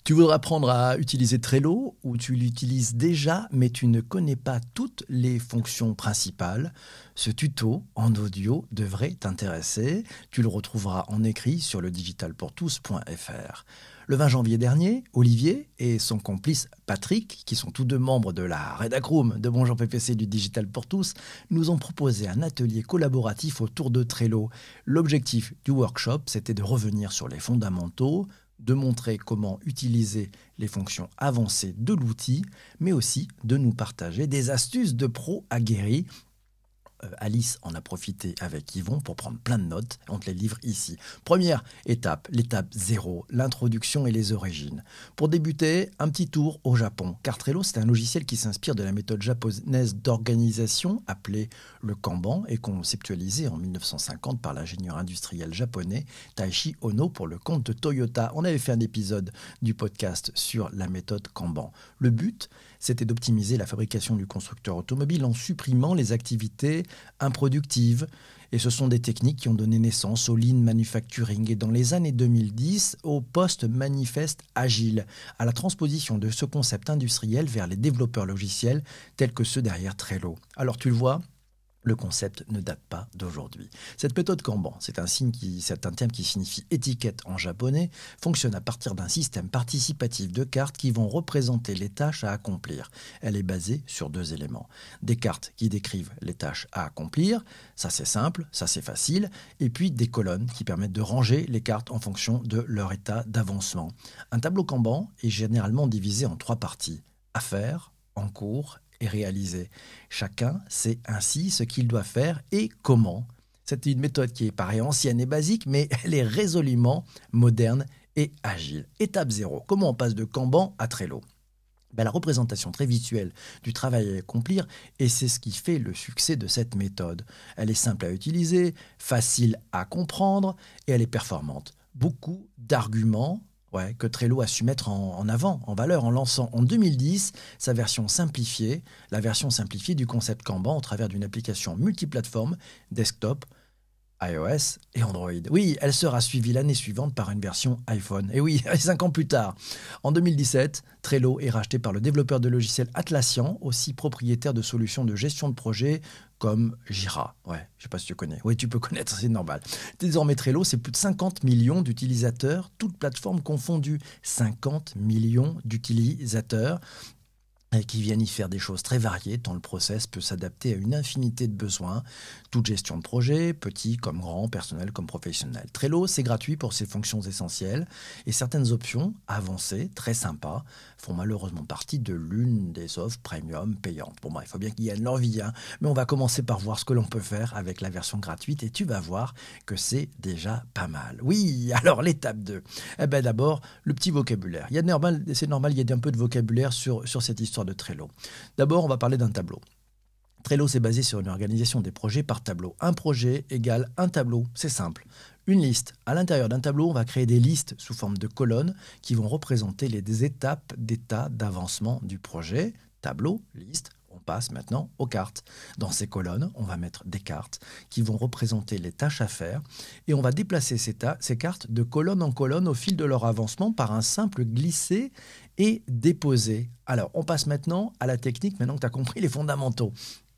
Tu voudrais apprendre à utiliser Trello ou tu l'utilises déjà mais tu ne connais pas toutes les fonctions principales? Ce tuto en audio devrait t'intéresser. Tu le retrouveras en écrit sur le digitalpourtous.fr. Le 20 janvier dernier, Olivier et son complice Patrick, qui sont tous deux membres de la Redacroom de Bonjour PPC du Digital pour tous, nous ont proposé un atelier collaboratif autour de Trello. L'objectif du workshop, c'était de revenir sur les fondamentaux, de montrer comment utiliser les fonctions avancées de l'outil, mais aussi de nous partager des astuces de pros aguerris. Alice en a profité avec Yvon pour prendre plein de notes. On te les livre ici. Première étape, l'étape 0, l'introduction et les origines. Pour débuter, un petit tour au Japon. Car Trello, c'est un logiciel qui s'inspire de la méthode japonaise d'organisation appelée le Kanban et conceptualisé en 1950 par l'ingénieur industriel japonais Taishi Ohno pour le compte de Toyota. On avait fait un épisode du podcast sur la méthode Kanban. Le but, c'était d'optimiser la fabrication du constructeur automobile en supprimant les activités improductives. Et ce sont des techniques qui ont donné naissance au lean manufacturing et dans les années 2010 au post-manifeste agile, à la transposition de ce concept industriel vers les développeurs logiciels tels que ceux derrière Trello. Alors tu le vois, le concept ne date pas d'aujourd'hui. Cette méthode Kanban, c'est un terme qui signifie étiquette en japonais, fonctionne à partir d'un système participatif de cartes qui vont représenter les tâches à accomplir. Elle est basée sur 2 éléments. Des cartes qui décrivent les tâches à accomplir, ça c'est simple, ça c'est facile, et puis des colonnes qui permettent de ranger les cartes en fonction de leur état d'avancement. Un tableau Kanban est généralement divisé en 3 parties. À faire, en cours et réaliser. Chacun sait ainsi ce qu'il doit faire et comment. C'est une méthode qui paraît ancienne et basique, mais elle est résolument moderne et agile. Étape 0. Comment on passe de Kanban à Trello ? La représentation très visuelle du travail à accomplir, et c'est ce qui fait le succès de cette méthode. Elle est simple à utiliser, facile à comprendre, et elle est performante. Beaucoup d'arguments que Trello a su mettre en avant, en valeur, en lançant en 2010 sa version simplifiée, la version simplifiée du concept Kanban au travers d'une application multiplateforme, desktop, iOS et Android. Oui, elle sera suivie l'année suivante par une version iPhone. Et oui, 5 ans plus tard, en 2017, Trello est racheté par le développeur de logiciels Atlassian, aussi propriétaire de solutions de gestion de projet comme Jira. Ouais, je sais pas si tu connais. Oui, tu peux connaître, c'est normal. Désormais, Trello, c'est plus de 50 millions d'utilisateurs, toutes plateformes confondues. 50 millions d'utilisateurs qui viennent y faire des choses très variées, tant le process peut s'adapter à une infinité de besoins, toute gestion de projet, petit comme grand, personnel comme professionnel. Trello, c'est gratuit pour ses fonctions essentielles, et certaines options avancées, très sympas, font malheureusement partie de l'une des offres premium payantes. Bon, il faut bien qu'ils gagnent leur vie, mais on va commencer par voir ce que l'on peut faire avec la version gratuite, et tu vas voir que c'est déjà pas mal. Oui, alors l'étape 2. D'abord, le petit vocabulaire. C'est normal, il y a un peu de vocabulaire sur cette histoire de Trello. D'abord, on va parler d'un tableau. Trello, c'est basé sur une organisation des projets par tableau. Un projet égale un tableau, c'est simple. Une liste. À l'intérieur d'un tableau, on va créer des listes sous forme de colonnes qui vont représenter les étapes d'état d'avancement du projet. Tableau, liste. On passe maintenant aux cartes. Dans ces colonnes, on va mettre des cartes qui vont représenter les tâches à faire et on va déplacer ces cartes de colonne en colonne au fil de leur avancement par un simple glisser et déposer. Alors, on passe maintenant à la technique, maintenant que tu as compris les fondamentaux.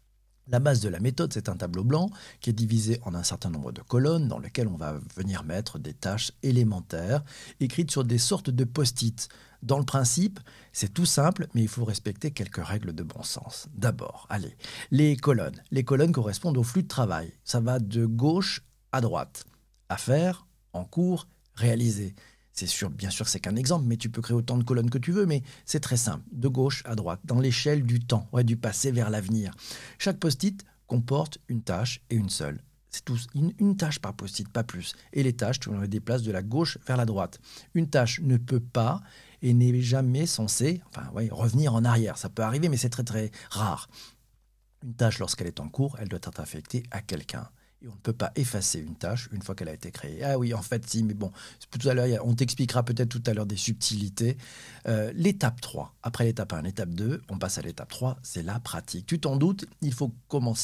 La base de la méthode, c'est un tableau blanc qui est divisé en un certain nombre de colonnes dans lesquelles on va venir mettre des tâches élémentaires écrites sur des sortes de post-it. Dans le principe, c'est tout simple, mais il faut respecter quelques règles de bon sens. D'abord, les colonnes. Les colonnes correspondent au flux de travail. Ça va de gauche à droite. À faire, en cours, réaliser. C'est sûr, bien sûr, c'est qu'un exemple, mais tu peux créer autant de colonnes que tu veux, mais c'est très simple, de gauche à droite, dans l'échelle du temps, du passé vers l'avenir. Chaque post-it comporte une tâche et une seule. C'est une tâche par post-it, pas plus. Et les tâches, tu les déplaces de la gauche vers la droite. Une tâche ne peut pas et n'est jamais censée revenir en arrière. Ça peut arriver, mais c'est très très rare. Une tâche, lorsqu'elle est en cours, elle doit être affectée à quelqu'un. Et on ne peut pas effacer une tâche une fois qu'elle a été créée. Ah oui, en fait, si, mais bon, tout à l'heure, on t'expliquera peut-être tout à l'heure des subtilités. L'étape 3, après l'étape 1, l'étape 2, on passe à l'étape 3, c'est la pratique. Tu t'en doutes, il faut commencer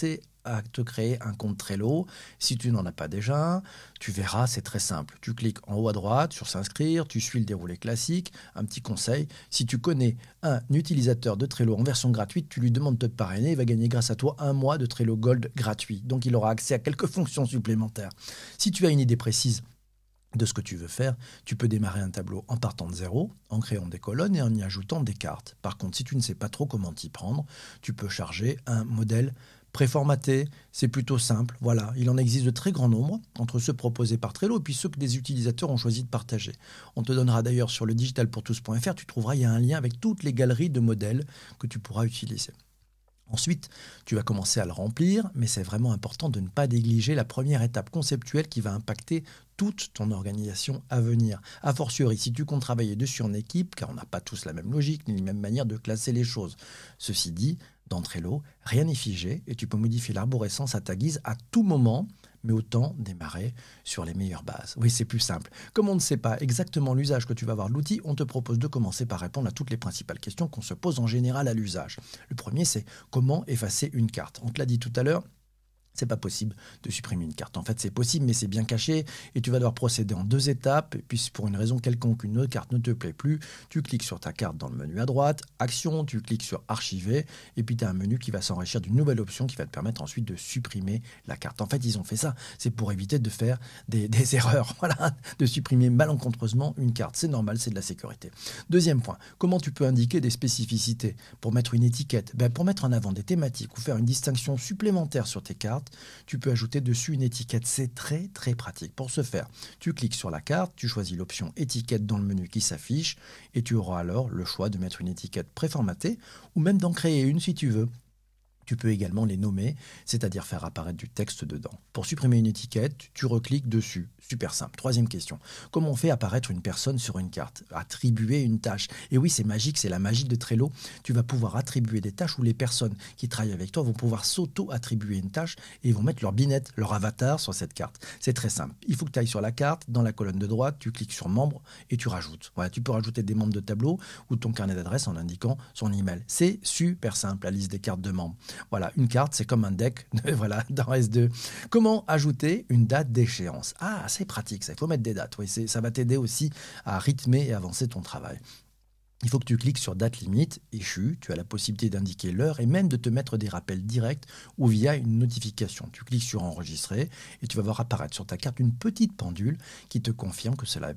à te créer un compte Trello. Si tu n'en as pas déjà un, tu verras, c'est très simple. Tu cliques en haut à droite sur s'inscrire, tu suis le déroulé classique. Un petit conseil, si tu connais un utilisateur de Trello en version gratuite, tu lui demandes de te parrainer, il va gagner grâce à toi 1 mois de Trello Gold gratuit. Donc il aura accès à quelques fonctions supplémentaires. Si tu as une idée précise de ce que tu veux faire, tu peux démarrer un tableau en partant de zéro, en créant des colonnes et en y ajoutant des cartes. Par contre, si tu ne sais pas trop comment t'y prendre, tu peux charger un modèle préformaté. C'est plutôt simple. Voilà, il en existe de très grands nombres entre ceux proposés par Trello et puis ceux que des utilisateurs ont choisi de partager. On te donnera d'ailleurs sur le digitalpourtous.fr, tu trouveras, il y a un lien avec toutes les galeries de modèles que tu pourras utiliser. Ensuite, tu vas commencer à le remplir, mais c'est vraiment important de ne pas négliger la première étape conceptuelle qui va impacter toute ton organisation à venir. A fortiori, si tu comptes travailler dessus en équipe, car on n'a pas tous la même logique ni la même manière de classer les choses. Ceci dit, dans Trello, rien n'est figé et tu peux modifier l'arborescence à ta guise à tout moment, mais autant démarrer sur les meilleures bases. Oui, c'est plus simple. Comme on ne sait pas exactement l'usage que tu vas avoir de l'outil, on te propose de commencer par répondre à toutes les principales questions qu'on se pose en général à l'usage. Le premier, c'est comment effacer une carte. On te l'a dit tout à l'heure, c'est pas possible de supprimer une carte. En fait, c'est possible, mais c'est bien caché et tu vas devoir procéder en 2 étapes. Et puis, si pour une raison quelconque, une autre carte ne te plaît plus, tu cliques sur ta carte dans le menu à droite, Action, tu cliques sur Archiver et puis tu as un menu qui va s'enrichir d'une nouvelle option qui va te permettre ensuite de supprimer la carte. En fait, ils ont fait ça. C'est pour éviter de faire des erreurs, voilà, de supprimer malencontreusement une carte. C'est normal, c'est de la sécurité. Deuxième point, comment tu peux indiquer des spécificités pour mettre une étiquette? Pour mettre en avant des thématiques ou faire une distinction supplémentaire sur tes cartes, tu peux ajouter dessus une étiquette. C'est très très pratique. Pour ce faire, tu cliques sur la carte, tu choisis l'option étiquette dans le menu qui s'affiche et tu auras alors le choix de mettre une étiquette préformatée ou même d'en créer une si tu veux. Tu peux également les nommer, c'est-à-dire faire apparaître du texte dedans. Pour supprimer une étiquette, tu recliques dessus. Super simple. Troisième question. Comment on fait apparaître une personne sur une carte? Attribuer une tâche. Et oui, c'est magique, c'est la magie de Trello. Tu vas pouvoir attribuer des tâches où les personnes qui travaillent avec toi vont pouvoir s'auto-attribuer une tâche et ils vont mettre leur binette, leur avatar sur cette carte. C'est très simple. Il faut que tu ailles sur la carte, dans la colonne de droite, tu cliques sur membres et tu rajoutes. Voilà, tu peux rajouter des membres de tableau ou ton carnet d'adresse en indiquant son email. C'est super simple, la liste des cartes de membres. Voilà, une carte, c'est comme un deck voilà, dans S2. Comment ajouter une date d'échéance? Ah, c'est pratique, ça. Il faut mettre des dates. Oui, ça va t'aider aussi à rythmer et avancer ton travail. Il faut que tu cliques sur date limite, échue, tu as la possibilité d'indiquer l'heure et même de te mettre des rappels directs ou via une notification. Tu cliques sur enregistrer et tu vas voir apparaître sur ta carte une petite pendule qui te confirme que cela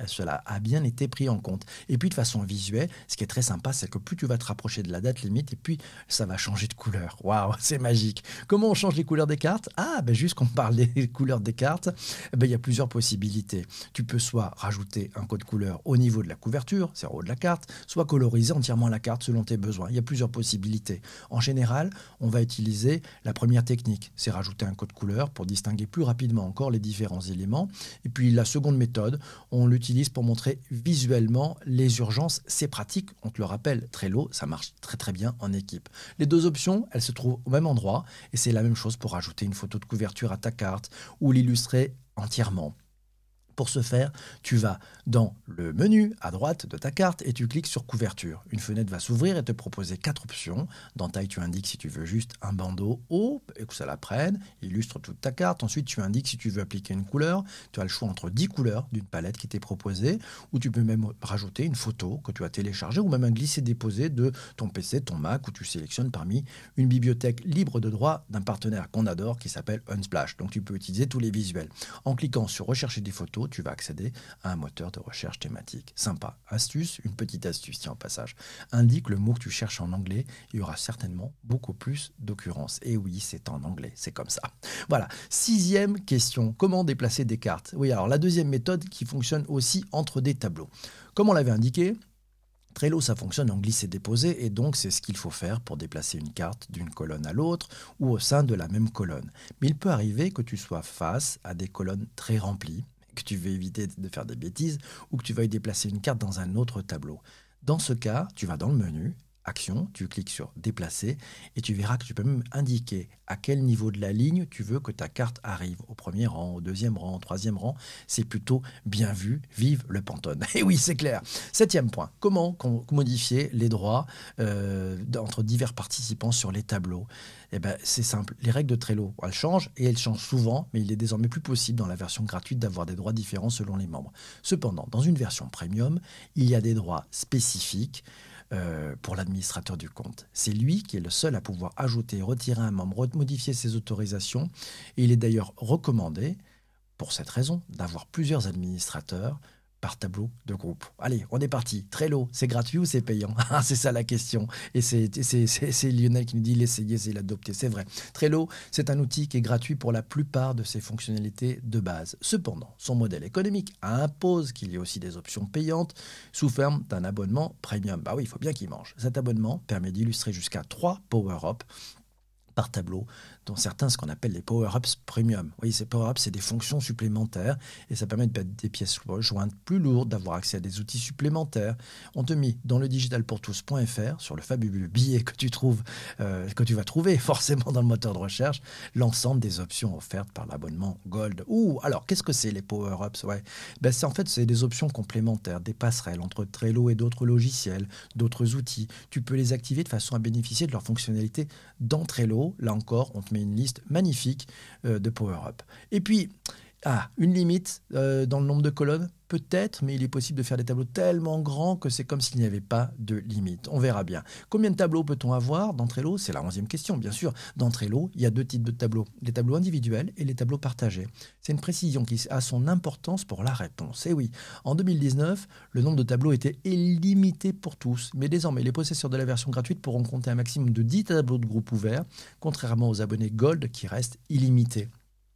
a bien été pris en compte. Et puis de façon visuelle, ce qui est très sympa, c'est que plus tu vas te rapprocher de la date limite et puis ça va changer de couleur. Waouh, c'est magique. Comment on change les couleurs des cartes? Juste qu'on parle des couleurs des cartes, il y a plusieurs possibilités. Tu peux soit rajouter un code couleur au niveau de la couverture, c'est en haut de la carte, soit coloriser entièrement la carte selon tes besoins. Il y a plusieurs possibilités. En général, on va utiliser la première technique, c'est rajouter un code couleur pour distinguer plus rapidement encore les différents éléments. Et puis la seconde méthode, on l'utilise pour montrer visuellement les urgences. C'est pratique, on te le rappelle, Trello, ça marche très très bien en équipe. Les 2 options, elles se trouvent au même endroit et c'est la même chose pour rajouter une photo de couverture à ta carte ou l'illustrer entièrement. Pour ce faire, tu vas dans le menu à droite de ta carte et tu cliques sur couverture. Une fenêtre va s'ouvrir et te proposer 4 options. Dans taille, tu indiques si tu veux juste un bandeau haut et que ça la prenne, illustre toute ta carte. Ensuite, tu indiques si tu veux appliquer une couleur. Tu as le choix entre 10 couleurs d'une palette qui t'est proposée ou tu peux même rajouter une photo que tu as téléchargée ou même un glisser-déposer de ton PC, ton Mac où tu sélectionnes parmi une bibliothèque libre de droit d'un partenaire qu'on adore qui s'appelle Unsplash. Donc, tu peux utiliser tous les visuels. En cliquant sur rechercher des photos, tu vas accéder à un moteur de recherche thématique. Sympa. Astuce, une petite astuce, tiens, au passage. Indique le mot que tu cherches en anglais, il y aura certainement beaucoup plus d'occurrences. Et oui, c'est en anglais, c'est comme ça. Voilà. 6e question, comment déplacer des cartes? Oui, alors la deuxième méthode qui fonctionne aussi entre des tableaux. Comme on l'avait indiqué, Trello, ça fonctionne en glisser-déposer et donc c'est ce qu'il faut faire pour déplacer une carte d'une colonne à l'autre ou au sein de la même colonne. Mais il peut arriver que tu sois face à des colonnes très remplies, que tu veux éviter de faire des bêtises ou que tu veuilles déplacer une carte dans un autre tableau. Dans ce cas, tu vas dans le menu, Action, tu cliques sur Déplacer et tu verras que tu peux même indiquer à quel niveau de la ligne tu veux que ta carte arrive. Au premier rang, au deuxième rang, au troisième rang. C'est plutôt bien vu. Vive le Pantone. Et oui, c'est clair. 7e point. Comment modifier les droits entre divers participants sur les tableaux? Eh ben, c'est simple. Les règles de Trello, elles changent et elles changent souvent, mais il est désormais plus possible dans la version gratuite d'avoir des droits différents selon les membres. Cependant, dans une version premium, il y a des droits spécifiques pour l'administrateur du compte. C'est lui qui est le seul à pouvoir ajouter, retirer un membre, modifier ses autorisations. Et il est d'ailleurs recommandé, pour cette raison, d'avoir plusieurs administrateurs par tableau de groupe. Allez, on est parti. Trello, c'est gratuit ou c'est payant? C'est ça la question. Et c'est Lionel qui nous dit l'essayer, c'est l'adopter. C'est vrai. Trello, c'est un outil qui est gratuit pour la plupart de ses fonctionnalités de base. Cependant, son modèle économique impose qu'il y ait aussi des options payantes sous forme d'un abonnement premium. Bah oui, il faut bien qu'il mange. Cet abonnement permet d'illustrer jusqu'à 3 power-ups par tableau, dont certains ce qu'on appelle les power-ups premium. Oui, ces power-ups, c'est des fonctions supplémentaires et ça permet de mettre des pièces jointes plus lourdes, d'avoir accès à des outils supplémentaires. On te met dans le digitalpourtous.fr, sur le fabuleux billet que tu vas trouver forcément dans le moteur de recherche, l'ensemble des options offertes par l'abonnement Gold. Alors, qu'est-ce que c'est les power-ups? C'est des options complémentaires, des passerelles entre Trello et d'autres logiciels, d'autres outils. Tu peux les activer de façon à bénéficier de leurs fonctionnalités dans Trello. Là encore, on te met une liste magnifique de power-up. Et puis, une limite dans le nombre de colonnes, peut-être, mais il est possible de faire des tableaux tellement grands que c'est comme s'il n'y avait pas de limite. On verra bien. Combien de tableaux peut-on avoir dans Trello? C'est la 11e question, bien sûr. Dans Trello, il y a 2 types de tableaux, les tableaux individuels et les tableaux partagés. C'est une précision qui a son importance pour la réponse. Et oui, en 2019, le nombre de tableaux était illimité pour tous, mais désormais, les possesseurs de la version gratuite pourront compter un maximum de 10 tableaux de groupe ouverts, contrairement aux abonnés Gold qui restent illimités.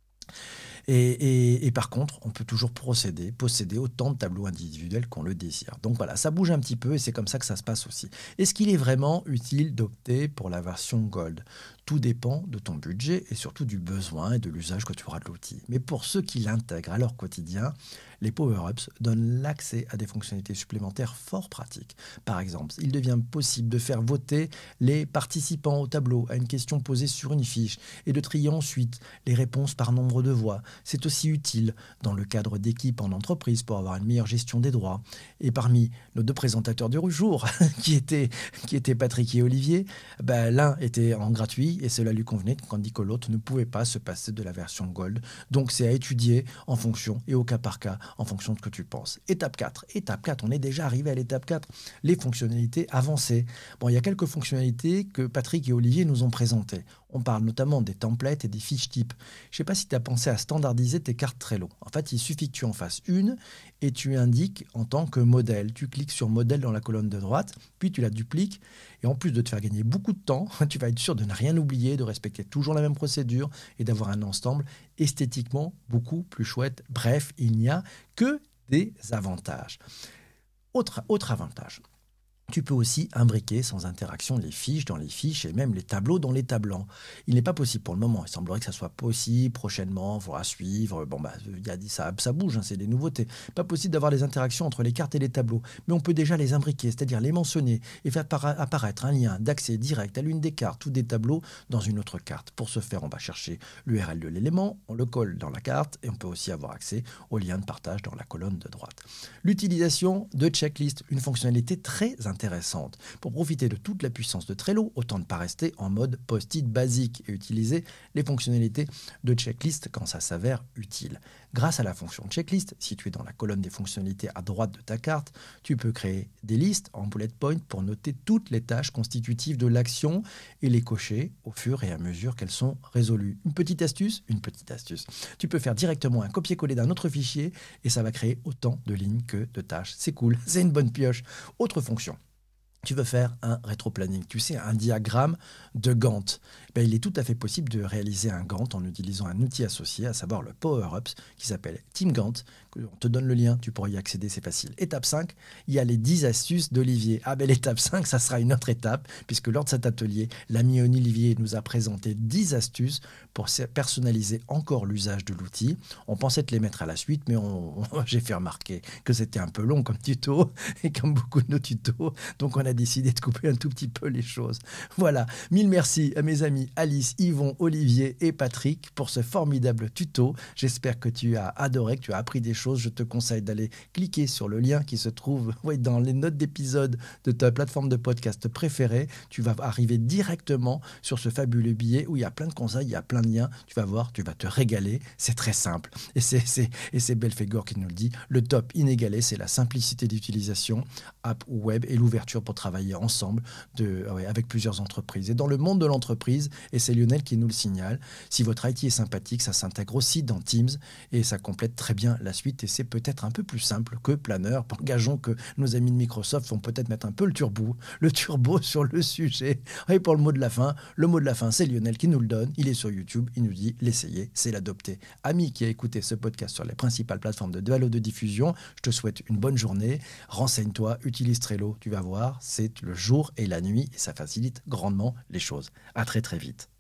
Et par contre, on peut toujours posséder autant de tableaux individuels qu'on le désire. Donc voilà, ça bouge un petit peu et c'est comme ça que ça se passe aussi. Est-ce qu'il est vraiment utile d'opter pour la version Gold? Tout dépend de ton budget et surtout du besoin et de l'usage que tu auras de l'outil. Mais pour ceux qui l'intègrent à leur quotidien, les power-ups donnent l'accès à des fonctionnalités supplémentaires fort pratiques. Par exemple, il devient possible de faire voter les participants au tableau à une question posée sur une fiche et de trier ensuite les réponses par nombre de voix. C'est aussi utile dans le cadre d'équipes en entreprise pour avoir une meilleure gestion des droits. Et parmi nos 2 présentateurs du jour, qui étaient Patrick et Olivier, l'un était en gratuit et cela lui convenait, tandis que l'autre ne pouvait pas se passer de la version Gold. Donc c'est à étudier en fonction et au cas par cas, en fonction de ce que tu penses. Étape 4, on est déjà arrivé à l'étape 4, les fonctionnalités avancées. Il y a quelques fonctionnalités que Patrick et Olivier nous ont présentées. On parle notamment des templates et des fiches types. Je ne sais pas si tu as pensé à standardiser tes cartes Trello. En fait, il suffit que tu en fasses une et tu indiques en tant que modèle. Tu cliques sur modèle dans la colonne de droite, puis tu la dupliques. Et en plus de te faire gagner beaucoup de temps, tu vas être sûr de ne rien oublier, de respecter toujours la même procédure et d'avoir un ensemble esthétiquement beaucoup plus chouette. Bref, il n'y a que des avantages. Autre avantage. Tu peux aussi imbriquer sans interaction les fiches dans les fiches et même les tableaux dans les tablants. Il n'est pas possible pour le moment. Il semblerait que ça soit possible prochainement, il faudra suivre. Ça bouge, c'est des nouveautés. Pas possible d'avoir des interactions entre les cartes et les tableaux, mais on peut déjà les imbriquer, c'est-à-dire les mentionner et faire apparaître un lien d'accès direct à l'une des cartes ou des tableaux dans une autre carte. Pour ce faire, on va chercher l'URL de l'élément, on le colle dans la carte et on peut aussi avoir accès au lien de partage dans la colonne de droite. L'utilisation de checklist, une fonctionnalité très intéressante. Pour profiter de toute la puissance de Trello, autant ne pas rester en mode post-it basique et utiliser les fonctionnalités de checklist quand ça s'avère utile. Grâce à la fonction checklist, située dans la colonne des fonctionnalités à droite de ta carte, tu peux créer des listes en bullet point pour noter toutes les tâches constitutives de l'action et les cocher au fur et à mesure qu'elles sont résolues. Une petite astuce. Tu peux faire directement un copier-coller d'un autre fichier et ça va créer autant de lignes que de tâches. C'est cool, c'est une bonne pioche. Autre fonction. Tu veux faire un rétro-planning, tu sais, un diagramme de Gantt. Il est tout à fait possible de réaliser un Gantt en utilisant un outil associé, à savoir le Power-Ups, qui s'appelle Team Gantt. On te donne le lien, tu pourras y accéder, c'est facile. Étape 5, il y a les 10 astuces d'Olivier. L'étape 5, ça sera une autre étape, puisque lors de cet atelier, l'ami Olivier nous a présenté 10 astuces pour personnaliser encore l'usage de l'outil. On pensait te les mettre à la suite, mais j'ai fait remarquer que c'était un peu long comme tuto, et comme beaucoup de nos tutos, donc on a a décidé de couper un tout petit peu les choses. Voilà, mille merci à mes amis Alice, Yvon, Olivier et Patrick pour ce formidable tuto. J'espère que tu as adoré, que tu as appris des choses. Je te conseille d'aller cliquer sur le lien qui se trouve dans les notes d'épisode de ta plateforme de podcast préférée. Tu vas arriver directement sur ce fabuleux billet où il y a plein de conseils, il y a plein de liens. Tu vas voir, tu vas te régaler. C'est très simple. Et c'est Belphégor qui nous le dit. Le top inégalé, c'est la simplicité d'utilisation, app ou web, et l'ouverture pour travailler ensemble avec plusieurs entreprises. Et dans le monde de l'entreprise, et c'est Lionel qui nous le signale, si votre IT est sympathique, ça s'intègre aussi dans Teams et ça complète très bien la suite. Et c'est peut-être un peu plus simple que Planner. Engageons que nos amis de Microsoft vont peut-être mettre un peu le turbo sur le sujet. Et pour le mot de la fin, c'est Lionel qui nous le donne. Il est sur YouTube, il nous dit l'essayer, c'est l'adopter. Ami qui a écouté ce podcast sur les principales plateformes de halo de diffusion, je te souhaite une bonne journée. Renseigne-toi, utilise Trello, tu vas voir, c'est le jour et la nuit et ça facilite grandement les choses. À très très vite.